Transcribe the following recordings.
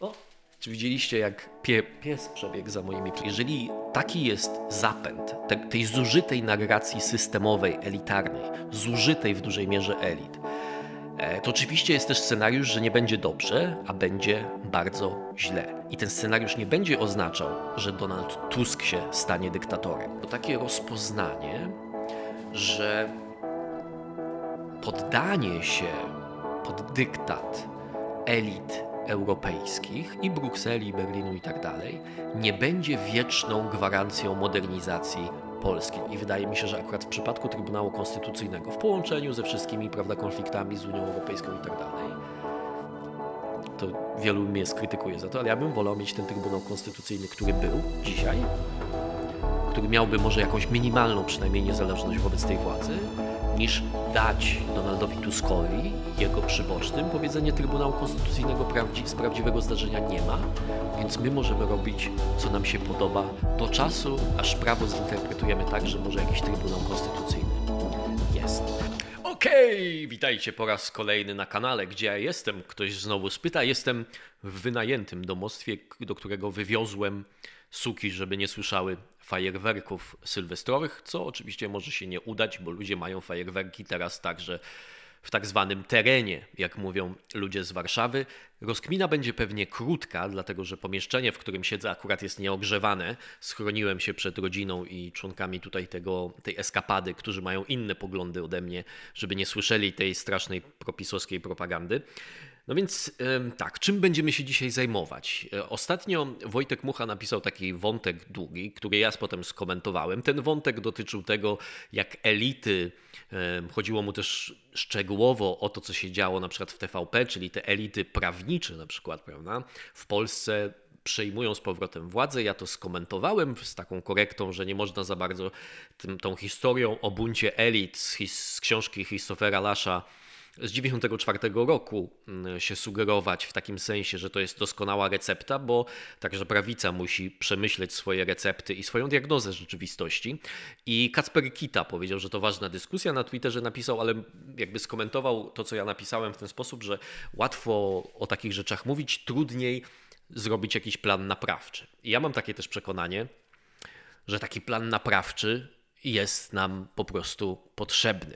Czy widzieliście, jak pies przebiegł za moimi plecami? Jeżeli taki jest zapęd tej zużytej narracji systemowej, elitarnej, zużytej w dużej mierze elit, to oczywiście jest też scenariusz, że nie będzie dobrze, a będzie bardzo źle. I ten scenariusz nie będzie oznaczał, że Donald Tusk się stanie dyktatorem. To takie rozpoznanie, że poddanie się pod dyktat elit europejskich i Brukseli, i Berlinu i tak dalej, nie będzie wieczną gwarancją modernizacji Polski. I wydaje mi się, że akurat w przypadku Trybunału Konstytucyjnego, w połączeniu ze wszystkimi, prawda, konfliktami z Unią Europejską i tak dalej, to wielu mnie skrytykuje za to, ale ja bym wolał mieć ten Trybunał Konstytucyjny, który był dzisiaj, który miałby może jakąś minimalną przynajmniej niezależność wobec tej władzy, niż dać Donaldowi Tuskowi, jego przybocznym, powiedzenie Trybunału Konstytucyjnego z prawdziwego zdarzenia nie ma, więc my możemy robić, co nam się podoba do czasu, aż prawo zinterpretujemy tak, że może jakiś Trybunał Konstytucyjny jest. Okej, witajcie po raz kolejny na kanale, gdzie ja jestem. Ktoś znowu spyta, jestem w wynajętym domostwie, do którego wywiozłem suki, żeby nie słyszały fajerwerków sylwestrowych, co oczywiście może się nie udać, bo ludzie mają fajerwerki teraz także w tak zwanym terenie, jak mówią ludzie z Warszawy. Rozkmina będzie pewnie krótka, dlatego że pomieszczenie, w którym siedzę, akurat jest nieogrzewane. Schroniłem się przed rodziną i członkami tutaj tej eskapady, którzy mają inne poglądy ode mnie, żeby nie słyszeli tej strasznej propisowskiej propagandy. No więc tak, czym będziemy się dzisiaj zajmować? Ostatnio Wojtek Mucha napisał taki wątek długi, który ja potem skomentowałem. Ten wątek dotyczył tego, jak elity, chodziło mu też szczegółowo o to, co się działo na przykład w TVP, czyli te elity prawnicze na przykład, prawda, w Polsce przejmują z powrotem władzę. Ja to skomentowałem z taką korektą, że nie można za bardzo tą historią o buncie elit z książki Christophera Lasha z 1994 roku się sugerować w takim sensie, że to jest doskonała recepta, bo także prawica musi przemyśleć swoje recepty i swoją diagnozę rzeczywistości. I Kacper Kita powiedział, że to ważna dyskusja. Na Twitterze napisał, ale jakby skomentował to, co ja napisałem w ten sposób, że łatwo o takich rzeczach mówić, trudniej zrobić jakiś plan naprawczy. I ja mam takie też przekonanie, że taki plan naprawczy jest nam po prostu potrzebny.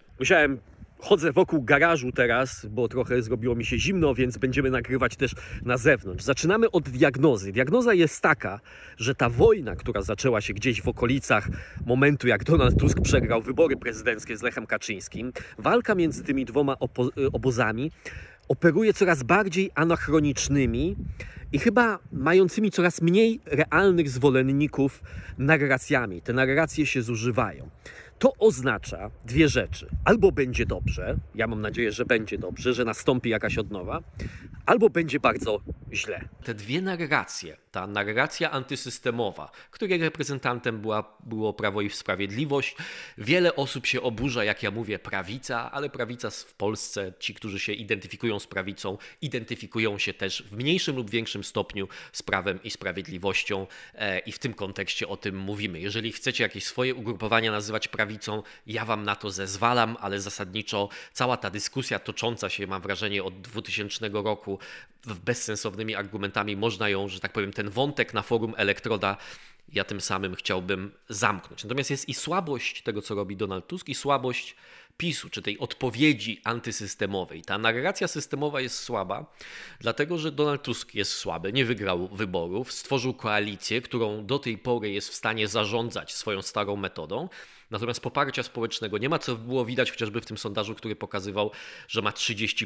Chodzę wokół garażu teraz, bo trochę zrobiło mi się zimno, więc będziemy nagrywać też na zewnątrz. Zaczynamy od diagnozy. Diagnoza jest taka, że ta wojna, która zaczęła się gdzieś w okolicach momentu, jak Donald Tusk przegrał wybory prezydenckie z Lechem Kaczyńskim, walka między tymi dwoma obozami operuje coraz bardziej anachronicznymi i chyba mającymi coraz mniej realnych zwolenników narracjami. Te narracje się zużywają. To oznacza dwie rzeczy. Albo będzie dobrze, ja mam nadzieję, że będzie dobrze, że nastąpi jakaś odnowa, albo będzie bardzo źle. Te dwie narracje, ta narracja antysystemowa, której reprezentantem było Prawo i Sprawiedliwość. Wiele osób się oburza, jak ja mówię, prawica, ale prawica w Polsce, ci, którzy się identyfikują z prawicą, identyfikują się też w mniejszym lub większym stopniu z Prawem i Sprawiedliwością i w tym kontekście o tym mówimy. Jeżeli chcecie jakieś swoje ugrupowania nazywać prawicą, ja wam na to zezwalam, ale zasadniczo cała ta dyskusja tocząca się, mam wrażenie, od 2000 roku bezsensownymi argumentami, można ją, że tak powiem, ten wątek na forum Elektroda ja tym samym chciałbym zamknąć. Natomiast jest i słabość tego, co robi Donald Tusk, i słabość PiS-u, czy tej odpowiedzi antysystemowej. Ta narracja systemowa jest słaba, dlatego że Donald Tusk jest słaby, nie wygrał wyborów, stworzył koalicję, którą do tej pory jest w stanie zarządzać swoją starą metodą, natomiast poparcia społecznego nie ma, co było widać chociażby w tym sondażu, który pokazywał, że ma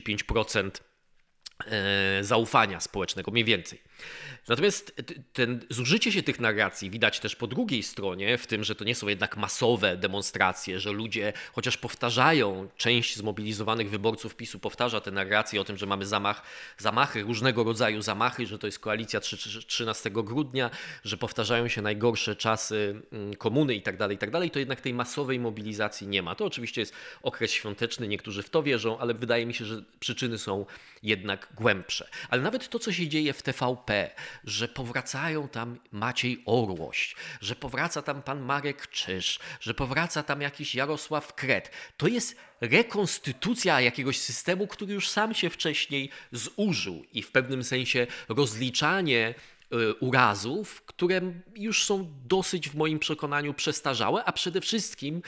35% zaufania społecznego, mniej więcej. Natomiast zużycie się tych narracji widać też po drugiej stronie, w tym, że to nie są jednak masowe demonstracje, że ludzie chociaż powtarzają, część zmobilizowanych wyborców PiS-u powtarza te narracje o tym, że mamy zamachy, różnego rodzaju zamachy, że to jest koalicja 13 grudnia, że powtarzają się najgorsze czasy komuny i tak dalej, to jednak tej masowej mobilizacji nie ma. To oczywiście jest okres świąteczny, niektórzy w to wierzą, ale wydaje mi się, że przyczyny są jednak głębsze. Ale nawet to, co się dzieje w TVP, TVP, że powracają tam Maciej Orłoś, że powraca tam pan Marek Czyż, że powraca tam jakiś Jarosław Kret. To jest rekonstytucja jakiegoś systemu, który już sam się wcześniej zużył i w pewnym sensie rozliczanie urazów, które już są dosyć w moim przekonaniu przestarzałe, a przede wszystkim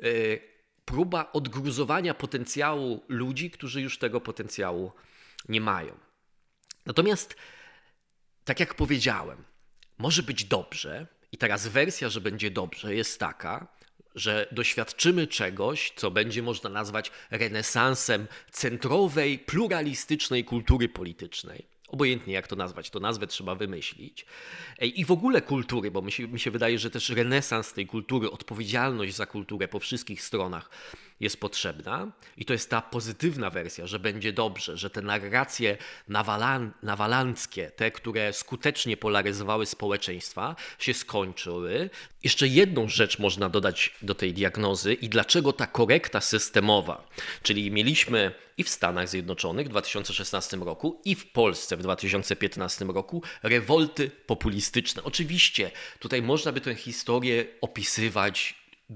próba odgruzowania potencjału ludzi, którzy już tego potencjału nie mają. Natomiast, tak jak powiedziałem, może być dobrze i teraz wersja, że będzie dobrze jest taka, że doświadczymy czegoś, co będzie można nazwać renesansem centrowej, pluralistycznej kultury politycznej. Obojętnie jak to nazwać, to nazwę trzeba wymyślić. I w ogóle kultury, bo mi się wydaje, że też renesans tej kultury, odpowiedzialność za kulturę po wszystkich stronach jest potrzebna. I to jest ta pozytywna wersja, że będzie dobrze, że te narracje nawalanckie, te, które skutecznie polaryzowały społeczeństwa, się skończyły. Jeszcze jedną rzecz można dodać do tej diagnozy i dlaczego ta korekta systemowa, czyli mieliśmy i w Stanach Zjednoczonych w 2016 roku i w Polsce w 2015 roku rewolty populistyczne. Oczywiście tutaj można by tę historię opisywać w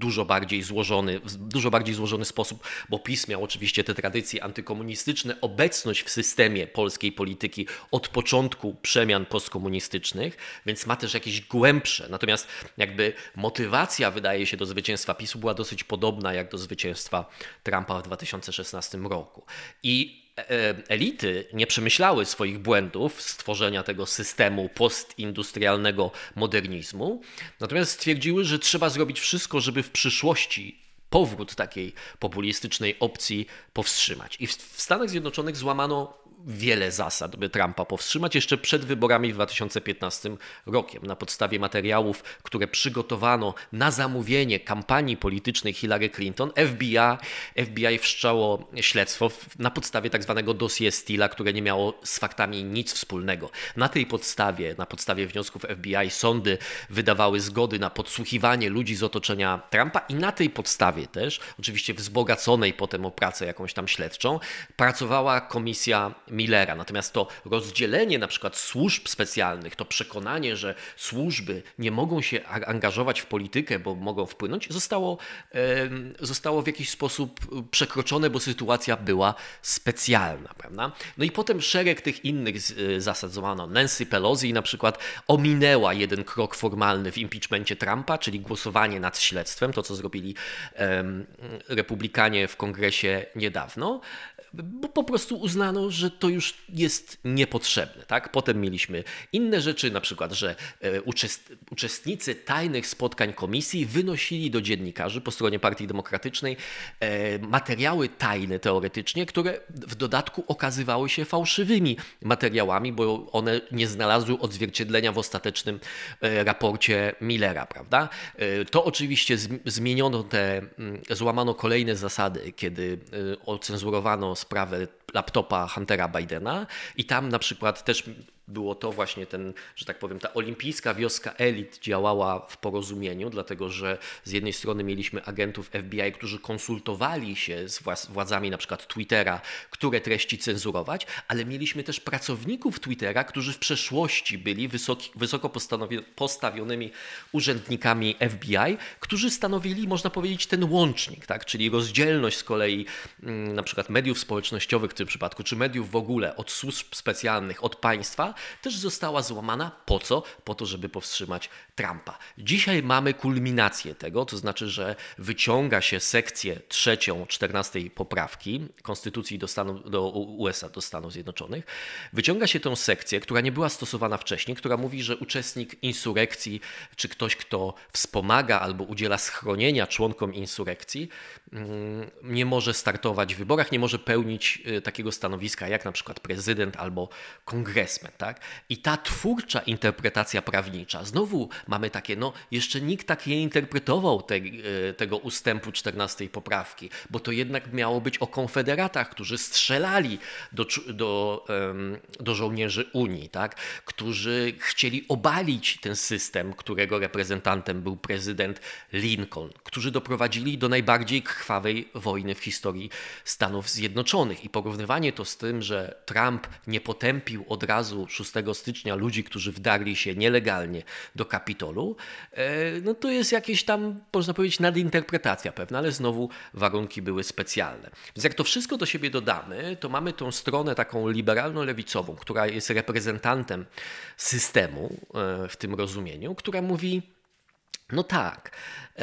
dużo bardziej złożony sposób, bo PiS miał oczywiście te tradycje antykomunistyczne, obecność w systemie polskiej polityki od początku przemian postkomunistycznych, więc ma też jakieś głębsze. Natomiast jakby motywacja, wydaje się, do zwycięstwa PiS-u była dosyć podobna jak do zwycięstwa Trumpa w 2016 roku. I elity nie przemyślały swoich błędów stworzenia tego systemu postindustrialnego modernizmu, natomiast stwierdziły, że trzeba zrobić wszystko, żeby w przyszłości powrót takiej populistycznej opcji powstrzymać. I w Stanach Zjednoczonych złamano wiele zasad, by Trumpa powstrzymać jeszcze przed wyborami w 2015 rokiem. Na podstawie materiałów, które przygotowano na zamówienie kampanii politycznej Hillary Clinton, FBI wszczało śledztwo na podstawie tak zwanego dossier Steela, które nie miało z faktami nic wspólnego. Na podstawie wniosków FBI sądy wydawały zgody na podsłuchiwanie ludzi z otoczenia Trumpa i na tej podstawie też, oczywiście wzbogaconej potem o pracę jakąś tam śledczą, pracowała komisja Millera. Natomiast to rozdzielenie na przykład służb specjalnych, to przekonanie, że służby nie mogą się angażować w politykę, bo mogą wpłynąć, zostało w jakiś sposób przekroczone, bo sytuacja była specjalna, prawda? No i potem szereg tych innych zasad złamano. Nancy Pelosi na przykład ominęła jeden krok formalny w impeachmencie Trumpa, czyli głosowanie nad śledztwem, to co zrobili republikanie w kongresie niedawno, bo po prostu uznano, że to już jest niepotrzebne. Tak? Potem mieliśmy inne rzeczy, na przykład, że uczestnicy tajnych spotkań komisji wynosili do dziennikarzy po stronie Partii Demokratycznej materiały tajne teoretycznie, które w dodatku okazywały się fałszywymi materiałami, bo one nie znalazły odzwierciedlenia w ostatecznym raporcie Millera. Prawda? To oczywiście złamano kolejne zasady, kiedy ocenzurowano sprawę laptopa Huntera Bidena i tam na przykład też było to właśnie że tak powiem, ta olimpijska wioska elit działała w porozumieniu, dlatego że z jednej strony mieliśmy agentów FBI, którzy konsultowali się z władzami na przykład Twittera, które treści cenzurować, ale mieliśmy też pracowników Twittera, którzy w przeszłości byli wysoko postawionymi urzędnikami FBI, którzy stanowili, można powiedzieć, ten łącznik, tak? Czyli rozdzielność z kolei na przykład mediów społecznościowych w tym przypadku, czy mediów w ogóle od służb specjalnych, od państwa, też została złamana. Po co? Po to, żeby powstrzymać Trumpa. Dzisiaj mamy kulminację tego, to znaczy, że wyciąga się sekcję 3 14 poprawki Konstytucji do USA, do Stanów Zjednoczonych. Wyciąga się tę sekcję, która nie była stosowana wcześniej, która mówi, że uczestnik insurekcji, czy ktoś, kto wspomaga albo udziela schronienia członkom insurekcji, nie może startować w wyborach, nie może pełnić takiego stanowiska jak na przykład prezydent albo kongresmen. Tak? I ta twórcza interpretacja prawnicza, znowu mamy takie, jeszcze nikt tak nie interpretował tego ustępu 14 poprawki, bo to jednak miało być o konfederatach, którzy strzelali do żołnierzy Unii, tak? Którzy chcieli obalić ten system, którego reprezentantem był prezydent Lincoln, którzy doprowadzili do najbardziej krwawej wojny w historii Stanów Zjednoczonych. I porównywanie to z tym, że Trump nie potępił od razu 6 stycznia ludzi, którzy wdarli się nielegalnie do Kapitolu, no to jest jakieś tam, można powiedzieć, nadinterpretacja pewna, ale znowu warunki były specjalne. Więc jak to wszystko do siebie dodamy, to mamy tą stronę taką liberalno-lewicową, która jest reprezentantem systemu w tym rozumieniu, która mówi, no tak,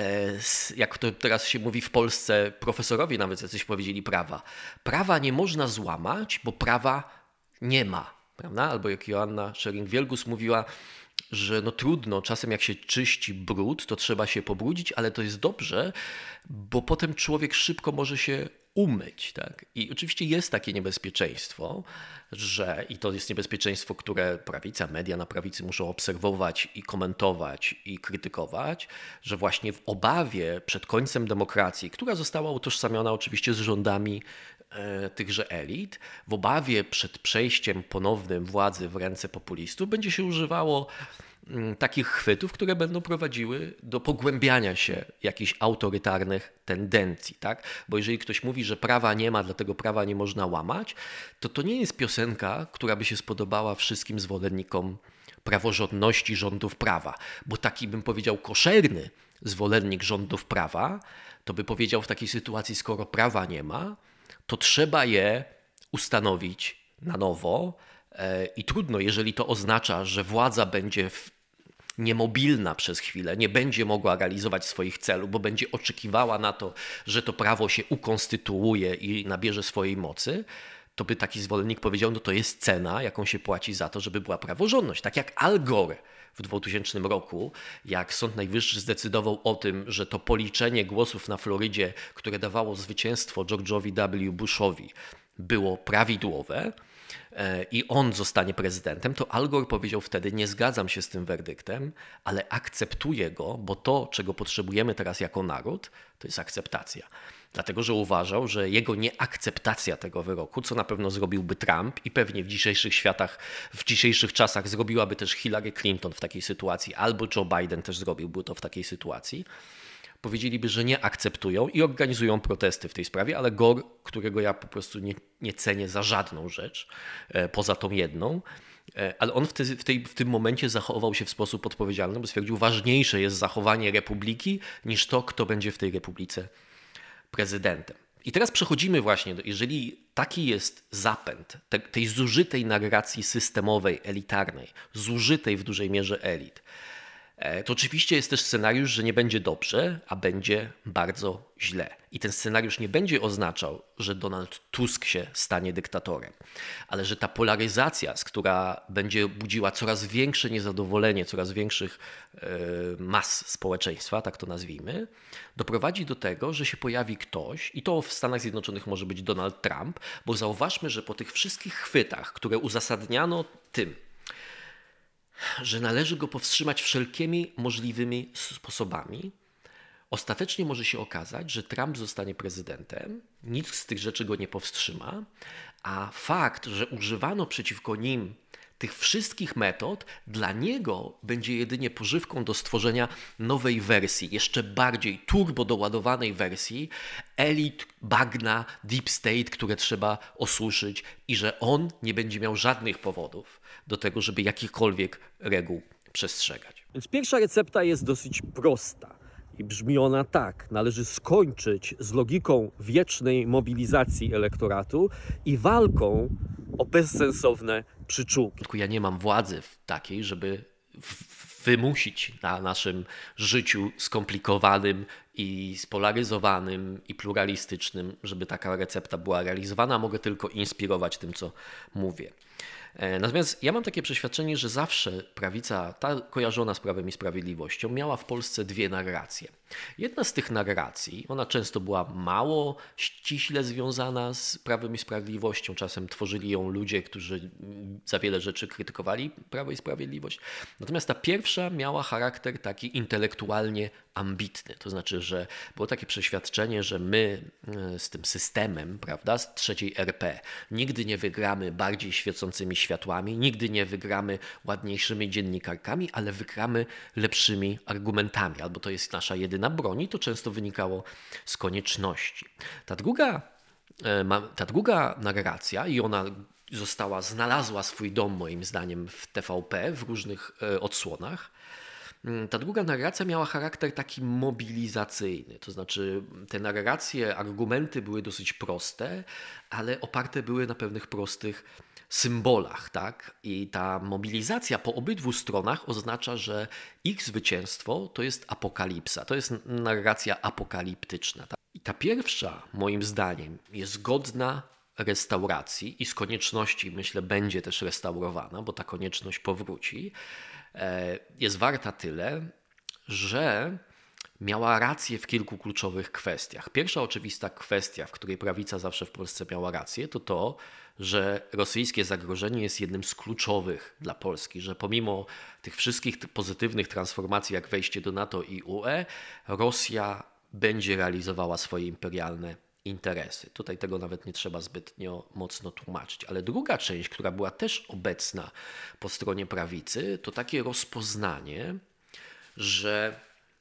jak to teraz się mówi w Polsce, profesorowie nawet jacyś powiedzieli prawa. Prawa nie można złamać, bo prawa nie ma, prawda? Albo jak Joanna Schering-Wielgus mówiła, że no trudno, czasem jak się czyści brud, to trzeba się pobrudzić, ale to jest dobrze, bo potem człowiek szybko może się umyć. Tak? I oczywiście jest takie niebezpieczeństwo, i to jest niebezpieczeństwo, które prawica, media na prawicy muszą obserwować i komentować i krytykować, że właśnie w obawie przed końcem demokracji, która została utożsamiona oczywiście z rządami tychże elit, w obawie przed przejściem ponownym władzy w ręce populistów będzie się używało takich chwytów, które będą prowadziły do pogłębiania się jakichś autorytarnych tendencji. Tak? Bo jeżeli ktoś mówi, że prawa nie ma, dlatego prawa nie można łamać, to nie jest piosenka, która by się spodobała wszystkim zwolennikom praworządności rządów prawa. Bo taki, bym powiedział, koszerny zwolennik rządów prawa, to by powiedział w takiej sytuacji, skoro prawa nie ma, to trzeba je ustanowić na nowo i trudno, jeżeli to oznacza, że władza będzie niemobilna przez chwilę, nie będzie mogła realizować swoich celów, bo będzie oczekiwała na to, że to prawo się ukonstytuuje i nabierze swojej mocy, to by taki zwolennik powiedział, no to jest cena, jaką się płaci za to, żeby była praworządność. Tak jak Al Gore w 2000 roku, jak Sąd Najwyższy zdecydował o tym, że to policzenie głosów na Florydzie, które dawało zwycięstwo George'owi W. Bushowi, było prawidłowe i on zostanie prezydentem, to Al Gore powiedział wtedy, nie zgadzam się z tym werdyktem, ale akceptuję go, bo to, czego potrzebujemy teraz jako naród, to jest akceptacja. Dlatego, że uważał, że jego nieakceptacja tego wyroku, co na pewno zrobiłby Trump i pewnie w dzisiejszych czasach zrobiłaby też Hillary Clinton w takiej sytuacji, albo Joe Biden też zrobiłby to w takiej sytuacji, powiedzieliby, że nie akceptują i organizują protesty w tej sprawie, ale Gore, którego ja po prostu nie cenię za żadną rzecz, poza tą jedną, ale on w tym momencie zachował się w sposób odpowiedzialny, bo stwierdził, ważniejsze jest zachowanie republiki niż to, kto będzie w tej republice prezydentem. I teraz przechodzimy właśnie, jeżeli taki jest zapęd tej zużytej narracji systemowej, elitarnej, zużytej w dużej mierze elit, to oczywiście jest też scenariusz, że nie będzie dobrze, a będzie bardzo źle. I ten scenariusz nie będzie oznaczał, że Donald Tusk się stanie dyktatorem, ale że ta polaryzacja, która będzie budziła coraz większe niezadowolenie, coraz większych mas społeczeństwa, tak to nazwijmy, doprowadzi do tego, że się pojawi ktoś, i to w Stanach Zjednoczonych może być Donald Trump, bo zauważmy, że po tych wszystkich chwytach, które uzasadniano tym, że należy go powstrzymać wszelkimi możliwymi sposobami, ostatecznie może się okazać, że Trump zostanie prezydentem, nic z tych rzeczy go nie powstrzyma, a fakt, że używano przeciwko nim tych wszystkich metod, dla niego będzie jedynie pożywką do stworzenia nowej wersji, jeszcze bardziej turbo doładowanej wersji elit, bagna, deep state, które trzeba osuszyć i że on nie będzie miał żadnych powodów do tego, żeby jakichkolwiek reguł przestrzegać. Więc pierwsza recepta jest dosyć prosta i brzmi ona tak. Należy skończyć z logiką wiecznej mobilizacji elektoratu i walką o bezsensowne przyczółki. Ja nie mam władzy takiej, żeby wymusić na naszym życiu skomplikowanym i spolaryzowanym i pluralistycznym, żeby taka recepta była realizowana. Mogę tylko inspirować tym, co mówię. Natomiast ja mam takie przeświadczenie, że zawsze prawica, ta kojarzona z Prawem i Sprawiedliwością, miała w Polsce dwie narracje. Jedna z tych narracji, ona często była mało ściśle związana z Prawem i Sprawiedliwością. Czasem tworzyli ją ludzie, którzy za wiele rzeczy krytykowali Prawo i Sprawiedliwość. Natomiast ta pierwsza miała charakter taki intelektualnie ambitny. To znaczy, że było takie przeświadczenie, że my z tym systemem, prawda, z trzeciej RP, nigdy nie wygramy bardziej świecącymi światłami, nigdy nie wygramy ładniejszymi dziennikarkami, ale wygramy lepszymi argumentami. Albo to jest nasza jedyna broń i to często wynikało z konieczności. Ta druga narracja, i ona znalazła swój dom moim zdaniem w TVP w różnych odsłonach. Ta druga narracja miała charakter taki mobilizacyjny, to znaczy te narracje, argumenty były dosyć proste, ale oparte były na pewnych prostych symbolach, tak? I ta mobilizacja po obydwu stronach oznacza, że ich zwycięstwo to jest apokalipsa, to jest narracja apokaliptyczna. Tak? I ta pierwsza, moim zdaniem, jest godna restauracji i z konieczności, myślę, będzie też restaurowana, bo ta konieczność powróci. Jest warta tyle, że miała rację w kilku kluczowych kwestiach. Pierwsza oczywista kwestia, w której prawica zawsze w Polsce miała rację, to to, że rosyjskie zagrożenie jest jednym z kluczowych dla Polski, że pomimo tych wszystkich pozytywnych transformacji, jak wejście do NATO i UE, Rosja będzie realizowała swoje imperialne interesy. Tutaj tego nawet nie trzeba zbytnio mocno tłumaczyć. Ale druga część, która była też obecna po stronie prawicy, to takie rozpoznanie, że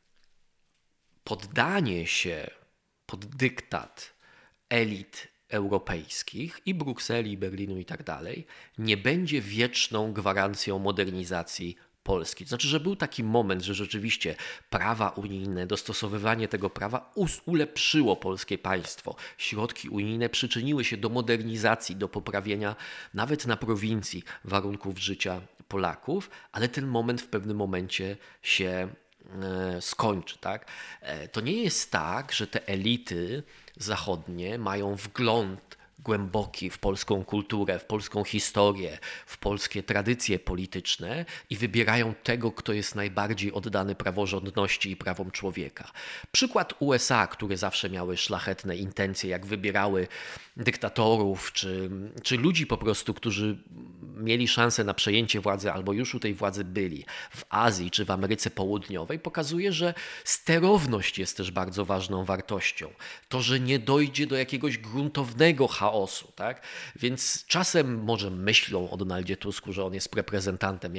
poddanie się pod dyktat elit europejskich i Brukseli, i Berlinu i tak dalej nie będzie wieczną gwarancją modernizacji Polski. To znaczy, że był taki moment, że rzeczywiście prawa unijne, dostosowywanie tego prawa ulepszyło polskie państwo. Środki unijne przyczyniły się do modernizacji, do poprawienia nawet na prowincji warunków życia Polaków, ale ten moment w pewnym momencie się skończy. Tak? To nie jest tak, że te elity zachodnie mają wgląd głęboki w polską kulturę, w polską historię, w polskie tradycje polityczne i wybierają tego, kto jest najbardziej oddany praworządności i prawom człowieka. Przykład USA, które zawsze miały szlachetne intencje, jak wybierały dyktatorów czy ludzi po prostu, którzy mieli szansę na przejęcie władzy albo już u tej władzy byli w Azji czy w Ameryce Południowej, pokazuje, że sterowność jest też bardzo ważną wartością. To, że nie dojdzie do jakiegoś gruntownego chaosu, tak? Więc czasem może myślą o Donaldzie Tusku, że on jest reprezentantem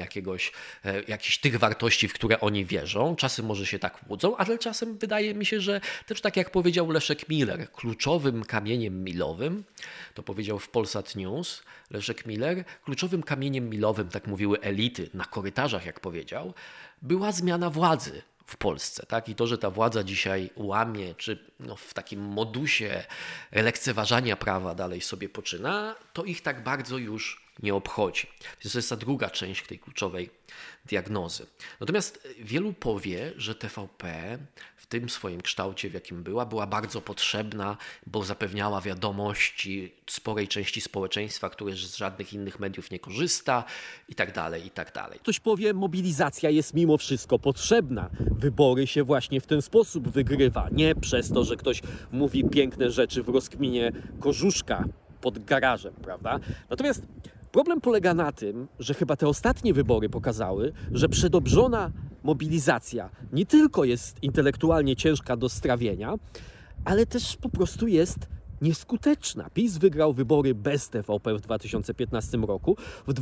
jakichś tych wartości, w które oni wierzą. Czasem może się tak łudzą, ale czasem wydaje mi się, że też tak jak powiedział Leszek Miller, kluczowym kamieniem milowym, to powiedział w Polsat News Leszek Miller, kluczowym kamieniem milowym, tak mówiły elity na korytarzach, jak powiedział, była zmiana władzy w Polsce. Tak? I to, że ta władza dzisiaj łamie, czy w takim modusie lekceważania prawa dalej sobie poczyna, to ich tak bardzo już nie obchodzi. Więc to jest ta druga część tej kluczowej diagnozy. Natomiast wielu powie, że TVP w tym swoim kształcie, w jakim była bardzo potrzebna, bo zapewniała wiadomości sporej części społeczeństwa, które z żadnych innych mediów nie korzysta i tak dalej, i tak dalej. Ktoś powie, mobilizacja jest mimo wszystko potrzebna. Wybory się właśnie w ten sposób wygrywa. Nie przez to, że ktoś mówi piękne rzeczy w rozkminie Kożuszka pod garażem, prawda? Natomiast problem polega na tym, że chyba te ostatnie wybory pokazały, że przedobrzona mobilizacja nie tylko jest intelektualnie ciężka do strawienia, ale też po prostu jest nieskuteczna. PiS wygrał wybory bez TVP w 2015 roku. W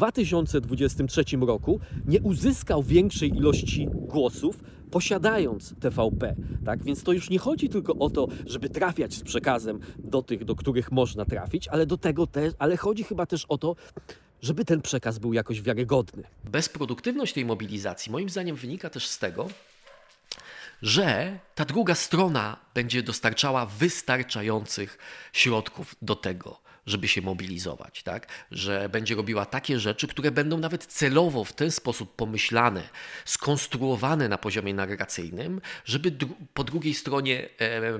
2023 roku nie uzyskał większej ilości głosów, posiadając TVP. Tak? Więc to już nie chodzi tylko o to, żeby trafiać z przekazem do tych, do których można trafić, ale chodzi chyba też o to, żeby ten przekaz był jakoś wiarygodny. Bezproduktywność tej mobilizacji moim zdaniem wynika też z tego, że ta druga strona będzie dostarczała wystarczających środków do tego, żeby się mobilizować, tak? Że będzie robiła takie rzeczy, które będą nawet celowo w ten sposób pomyślane, skonstruowane na poziomie narracyjnym, żeby po drugiej stronie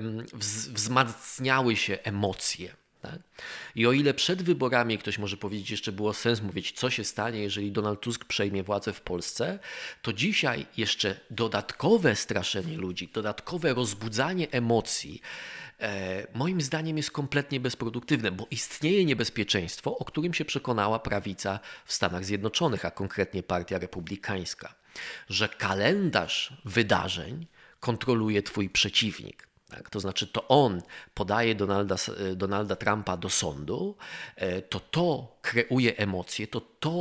wzmacniały się emocje. Tak? I o ile przed wyborami ktoś może powiedzieć, jeszcze było sens mówić, co się stanie, jeżeli Donald Tusk przejmie władzę w Polsce, to dzisiaj jeszcze dodatkowe straszenie ludzi, dodatkowe rozbudzanie emocji moim zdaniem jest kompletnie bezproduktywne, bo istnieje niebezpieczeństwo, o którym się przekonała prawica w Stanach Zjednoczonych, a konkretnie Partia Republikańska, że kalendarz wydarzeń kontroluje twój przeciwnik. Tak? To znaczy to on podaje Donalda Trumpa do sądu, to kreuje emocje, to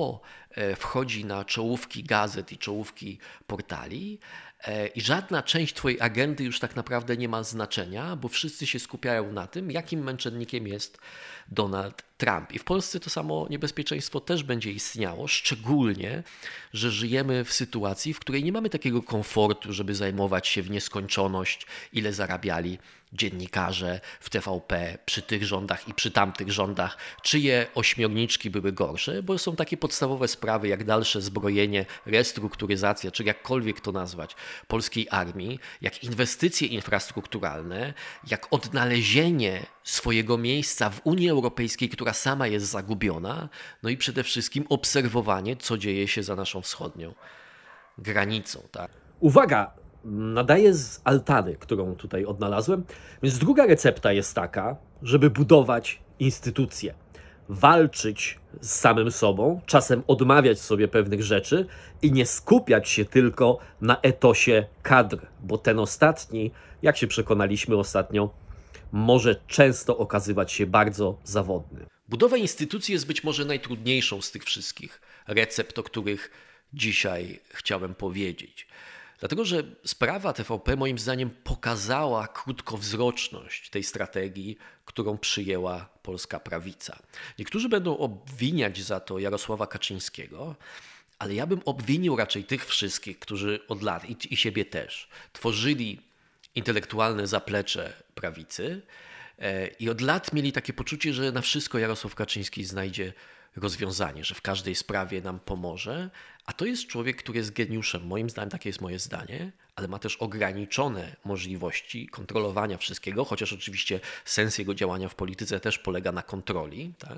wchodzi na czołówki gazet i czołówki portali i żadna część twojej agendy już tak naprawdę nie ma znaczenia, bo wszyscy się skupiają na tym, jakim męczennikiem jest Donald Trump. I w Polsce to samo niebezpieczeństwo też będzie istniało, szczególnie, że żyjemy w sytuacji, w której nie mamy takiego komfortu, żeby zajmować się w nieskończoność, ile zarabiali dziennikarze w TVP przy tych rządach i przy tamtych rządach, czyje ośmiorniczki były gorsze, bo są takie podstawowe sprawy jak dalsze zbrojenie, restrukturyzacja, czy jakkolwiek to nazwać, polskiej armii, jak inwestycje infrastrukturalne, jak odnalezienie swojego miejsca w Unii Europejskiej, która sama jest zagubiona, no i przede wszystkim obserwowanie, co dzieje się za naszą wschodnią granicą. Tak? Uwaga! Nadaję z altany, którą tutaj odnalazłem. Więc druga recepta jest taka, żeby budować instytucje, walczyć z samym sobą, czasem odmawiać sobie pewnych rzeczy i nie skupiać się tylko na etosie kadr, bo ten ostatni, jak się przekonaliśmy ostatnio, może często okazywać się bardzo zawodny. Budowa instytucji jest być może najtrudniejszą z tych wszystkich recept, o których dzisiaj chciałem powiedzieć. Dlatego, że sprawa TVP moim zdaniem pokazała krótkowzroczność tej strategii, którą przyjęła polska prawica. Niektórzy będą obwiniać za to Jarosława Kaczyńskiego, ale ja bym obwinił raczej tych wszystkich, którzy od lat i siebie też tworzyli intelektualne zaplecze prawicy i od lat mieli takie poczucie, że na wszystko Jarosław Kaczyński znajdzie rozwiązanie, że w każdej sprawie nam pomoże, a to jest człowiek, który jest geniuszem, moim zdaniem, takie jest moje zdanie, ale ma też ograniczone możliwości kontrolowania wszystkiego, chociaż oczywiście sens jego działania w polityce też polega na kontroli. Tak?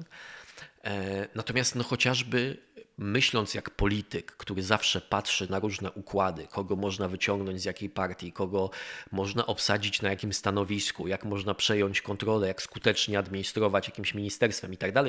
Natomiast no chociażby myśląc jak polityk, który zawsze patrzy na różne układy, kogo można wyciągnąć z jakiej partii, kogo można obsadzić na jakim stanowisku, jak można przejąć kontrolę, jak skutecznie administrować jakimś ministerstwem itd.,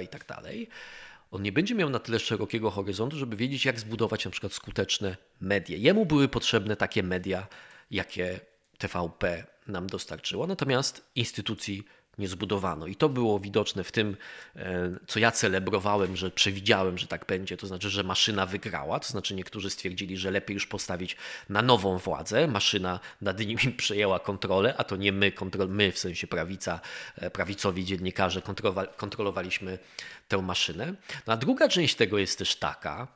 on nie będzie miał na tyle szerokiego horyzontu, żeby wiedzieć, jak zbudować na przykład skuteczne media. Jemu były potrzebne takie media, jakie TVP nam dostarczyło, natomiast instytucji nie zbudowano. I to było widoczne w tym, co ja celebrowałem, że przewidziałem, że tak będzie. To znaczy, że maszyna wygrała. To znaczy niektórzy stwierdzili, że lepiej już postawić na nową władzę. Maszyna nad nimi przejęła kontrolę, a to nie my w sensie prawica, prawicowi dziennikarze kontrolowaliśmy tę maszynę. No a druga część tego jest też taka,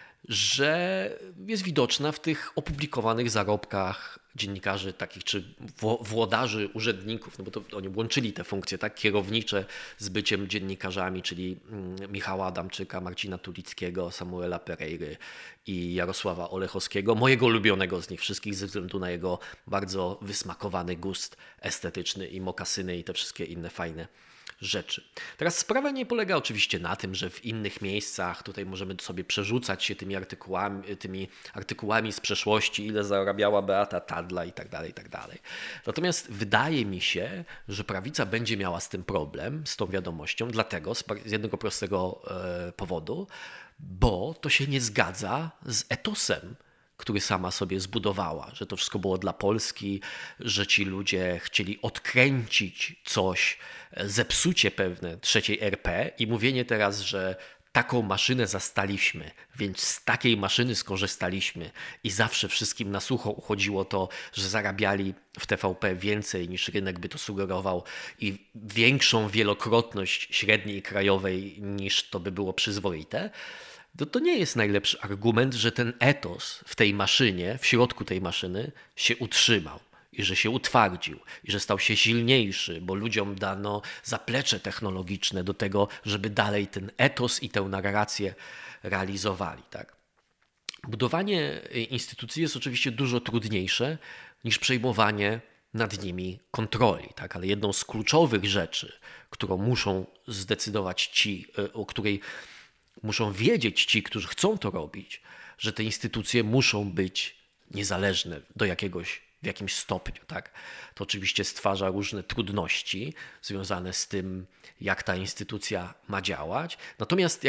że jest widoczna w tych opublikowanych zarobkach dziennikarzy takich, czy włodarzy, urzędników, no bo to oni łączyli te funkcje tak kierownicze z byciem dziennikarzami, czyli Michała Adamczyka, Marcina Tulickiego, Samuela Pereiry i Jarosława Olechowskiego, mojego ulubionego z nich wszystkich ze względu na jego bardzo wysmakowany gust estetyczny i mokasyny i te wszystkie inne fajne rzeczy. Teraz sprawa nie polega oczywiście na tym, że w innych miejscach tutaj możemy sobie przerzucać się tymi artykułami z przeszłości, ile zarabiała Beata Tadla i tak dalej. Natomiast wydaje mi się, że prawica będzie miała z tym problem, z tą wiadomością, dlatego z jednego prostego powodu, bo to się nie zgadza z etosem, który sama sobie zbudowała, że to wszystko było dla Polski, że ci ludzie chcieli odkręcić coś, zepsucie pewne trzeciej RP i mówienie teraz, że taką maszynę zastaliśmy, więc z takiej maszyny skorzystaliśmy i zawsze wszystkim na sucho uchodziło to, że zarabiali w TVP więcej niż rynek by to sugerował i większą wielokrotność średniej krajowej niż to by było przyzwoite. To nie jest najlepszy argument, że ten etos w tej maszynie, w środku tej maszyny się utrzymał i że się utwardził i że stał się silniejszy, bo ludziom dano zaplecze technologiczne do tego, żeby dalej ten etos i tę narrację realizowali. Tak? Budowanie instytucji jest oczywiście dużo trudniejsze niż przejmowanie nad nimi kontroli, tak? Ale jedną z kluczowych rzeczy, którą muszą zdecydować ci, o której muszą wiedzieć ci, którzy chcą to robić, że te instytucje muszą być niezależne w jakimś stopniu. Tak? To oczywiście stwarza różne trudności związane z tym, jak ta instytucja ma działać. Natomiast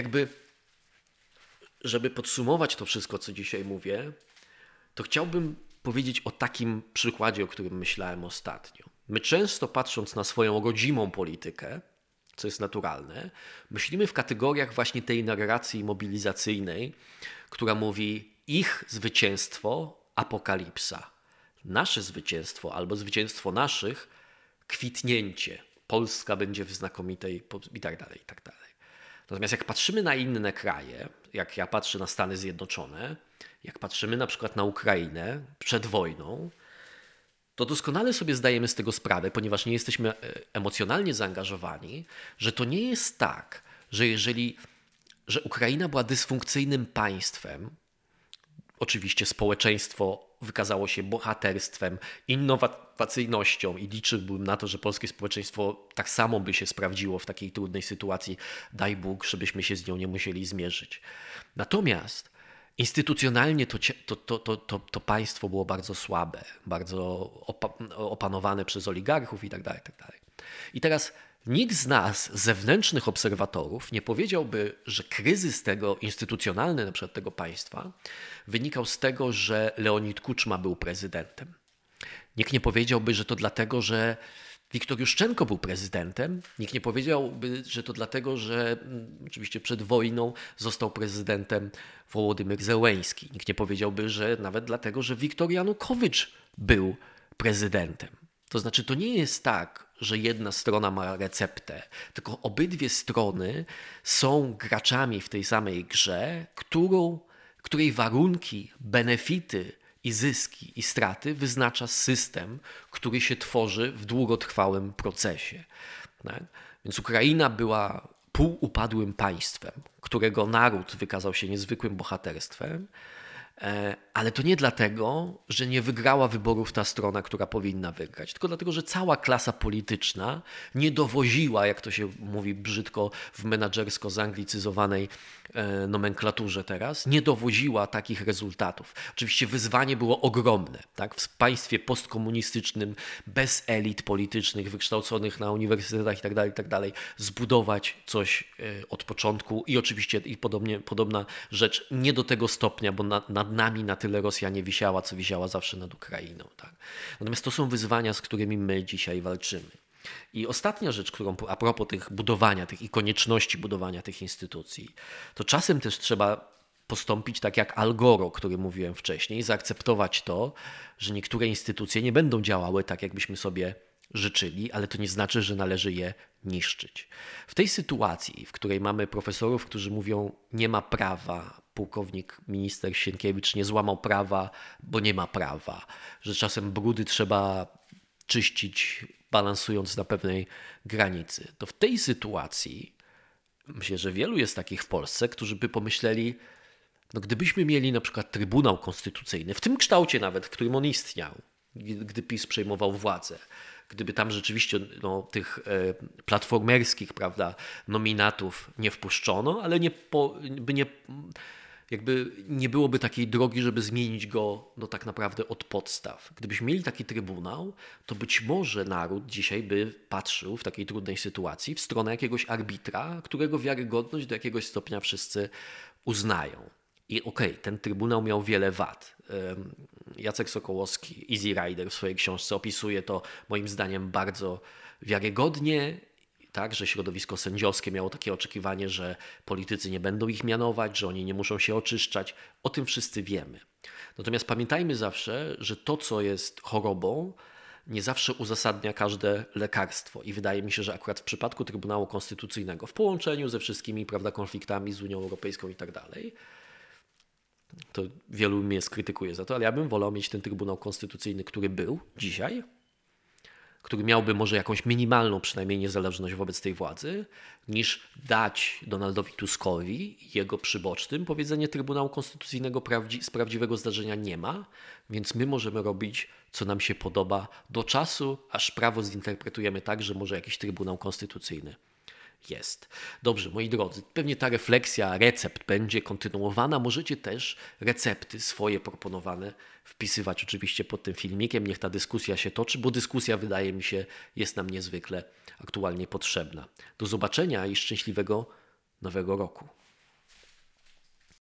żeby podsumować to wszystko, co dzisiaj mówię, to chciałbym powiedzieć o takim przykładzie, o którym myślałem ostatnio. My często patrząc na swoją rodzimą politykę, co jest naturalne, myślimy w kategoriach właśnie tej narracji mobilizacyjnej, która mówi ich zwycięstwo, apokalipsa. Nasze zwycięstwo albo zwycięstwo naszych, kwitnięcie. Polska będzie w znakomitej i tak dalej, i tak dalej. Natomiast jak patrzymy na inne kraje, jak ja patrzę na Stany Zjednoczone, jak patrzymy na przykład na Ukrainę przed wojną, to doskonale sobie zdajemy z tego sprawę, ponieważ nie jesteśmy emocjonalnie zaangażowani, że to nie jest tak, że Ukraina była dysfunkcyjnym państwem. Oczywiście społeczeństwo wykazało się bohaterstwem, innowacyjnością i liczyłbym na to, że polskie społeczeństwo tak samo by się sprawdziło w takiej trudnej sytuacji. Daj Bóg, żebyśmy się z nią nie musieli zmierzyć. Natomiast instytucjonalnie to państwo było bardzo słabe, bardzo opanowane przez oligarchów i tak dalej, i tak dalej. I teraz nikt z nas, zewnętrznych obserwatorów, nie powiedziałby, że kryzys tego instytucjonalny, na przykład tego państwa, wynikał z tego, że Leonid Kuczma był prezydentem. Nikt nie powiedziałby, że to dlatego, że Wiktor Juszczenko był prezydentem. Nikt nie powiedziałby, że to dlatego, że oczywiście przed wojną został prezydentem Wołodymyr Zełenski. Nikt nie powiedziałby, że nawet dlatego, że Wiktor Janukowycz był prezydentem. To znaczy, to nie jest tak, że jedna strona ma receptę, tylko obydwie strony są graczami w tej samej grze, której warunki, benefity i zyski i straty wyznacza system, który się tworzy w długotrwałym procesie. Tak? Więc Ukraina była półupadłym państwem, którego naród wykazał się niezwykłym bohaterstwem, ale to nie dlatego, że nie wygrała wyborów ta strona, która powinna wygrać, tylko dlatego, że cała klasa polityczna nie dowoziła, jak to się mówi brzydko w menadżersko zanglicyzowanej nomenklaturze teraz, nie dowoziła takich rezultatów. Oczywiście wyzwanie było ogromne. Tak? W państwie postkomunistycznym, bez elit politycznych, wykształconych na uniwersytetach itd., zbudować coś od początku i oczywiście podobna rzecz nie do tego stopnia, bo nad nami na tyle Rosja nie wisiała, co wisiała zawsze nad Ukrainą. Tak? Natomiast to są wyzwania, z którymi my dzisiaj walczymy. I ostatnia rzecz, którą a propos tych budowania, tych i konieczności budowania tych instytucji, to czasem też trzeba postąpić tak jak Al Gore, o którym mówiłem wcześniej, zaakceptować to, że niektóre instytucje nie będą działały tak, jakbyśmy sobie życzyli, ale to nie znaczy, że należy je niszczyć. W tej sytuacji, w której mamy profesorów, którzy mówią, nie ma prawa, pułkownik minister Sienkiewicz nie złamał prawa, bo nie ma prawa, że czasem brudy trzeba czyścić, balansując na pewnej granicy, to w tej sytuacji myślę, że wielu jest takich w Polsce, którzy by pomyśleli, no gdybyśmy mieli na przykład Trybunał Konstytucyjny, w tym kształcie nawet, w którym on istniał, gdy PiS przejmował władzę, gdyby tam rzeczywiście tych platformerskich, prawda, nominatów nie wpuszczono, ale nie byłoby takiej drogi, żeby zmienić go tak naprawdę od podstaw. Gdybyśmy mieli taki trybunał, to być może naród dzisiaj by patrzył w takiej trudnej sytuacji w stronę jakiegoś arbitra, którego wiarygodność do jakiegoś stopnia wszyscy uznają. I ten trybunał miał wiele wad. Jacek Sokołowski, Easy Rider w swojej książce opisuje to moim zdaniem bardzo wiarygodnie, tak, że środowisko sędziowskie miało takie oczekiwanie, że politycy nie będą ich mianować, że oni nie muszą się oczyszczać. O tym wszyscy wiemy. Natomiast pamiętajmy zawsze, że to, co jest chorobą, nie zawsze uzasadnia każde lekarstwo. I wydaje mi się, że akurat w przypadku Trybunału Konstytucyjnego, w połączeniu ze wszystkimi, prawda, konfliktami z Unią Europejską i tak dalej, to wielu mnie skrytykuje za to, ale ja bym wolał mieć ten Trybunał Konstytucyjny, który był dzisiaj, który miałby może jakąś minimalną przynajmniej niezależność wobec tej władzy, niż dać Donaldowi Tuskowi, jego przybocznym, powiedzenie Trybunału Konstytucyjnego z prawdziwego zdarzenia nie ma, więc my możemy robić, co nam się podoba do czasu, aż prawo zinterpretujemy tak, że może jakiś Trybunał Konstytucyjny jest. Dobrze, moi drodzy, pewnie ta refleksja recept będzie kontynuowana. Możecie też recepty swoje proponowane wpisywać oczywiście pod tym filmikiem. Niech ta dyskusja się toczy, bo dyskusja, wydaje mi się, jest nam niezwykle aktualnie potrzebna. Do zobaczenia i szczęśliwego Nowego Roku.